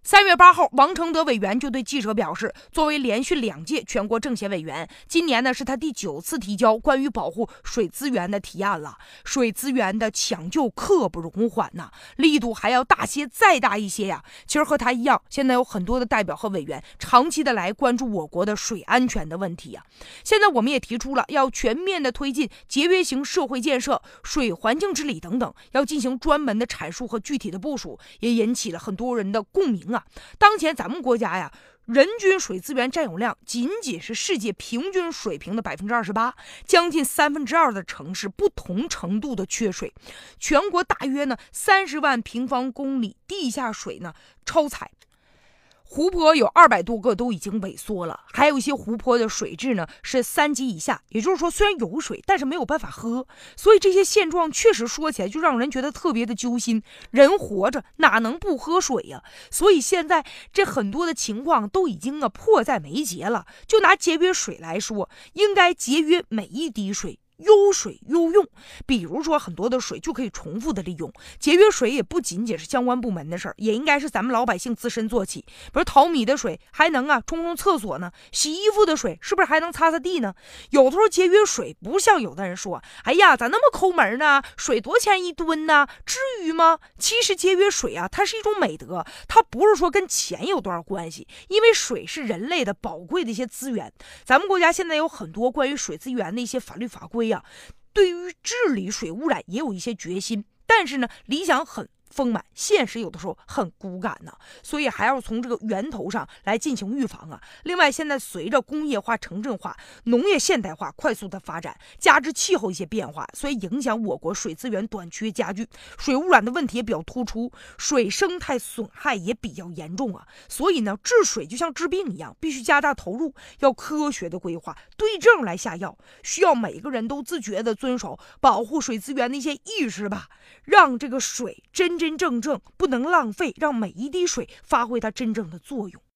月8号，王承德委员就对记者表示，作为连续2届全国政协委员，今年呢是他第9次提交关于保护水资源的提案了。水资源的抢救刻不容缓呐，力度还要大些，再大一些呀。其实和他一样，现在有很多的代表和委员长期的来关注我国的水安全的问题呀。现在我们也提出了要全面的推进节约型社会建设、水环境治理等等，要进行专门的阐述和具体的部署，也引起了很多人的共鸣啊。当前咱们国家呀，人均水资源占有量仅仅是世界平均水平的28%，将近2/3的城市不同程度的缺水，全国大约呢30万平方公里地下水呢超采。湖泊有200多个都已经萎缩了，还有一些湖泊的水质呢是3级以下，也就是说虽然有水，但是没有办法喝。所以这些现状确实说起来就让人觉得特别的揪心，人活着哪能不喝水呀？所以现在这很多的情况都已经迫在眉睫了。就拿节约水来说，应该节约每一滴水，优水优用。比如说很多的水就可以重复的利用，节约水也不仅仅是相关部门的事儿，也应该是咱们老百姓自身做起。比如淘米的水还能冲冲厕所呢，洗衣服的水是不是还能擦擦地呢？有的时候节约水不像有的人说，哎呀咋那么抠门呢，水多钱1吨呢，至于吗？其实节约水啊，它是一种美德，它不是说跟钱有多少关系，因为水是人类的宝贵的一些资源。咱们国家现在有很多关于水资源的一些法律法规啊，对于治理水污染也有一些决心，但是呢，理想很丰满，现实有的时候很骨感呢，所以还要从这个源头上来进行预防啊。另外，现在随着工业化、城镇化、农业现代化快速的发展，加之气候一些变化，所以影响我国水资源短缺加剧，水污染的问题也比较突出，水生态损害也比较严重啊。所以呢，治水就像治病一样，必须加大投入，要科学的规划，对症来下药，需要每个人都自觉的遵守保护水资源的一些意识吧，让这个水真正不能浪费，让每一滴水发挥它真正的作用。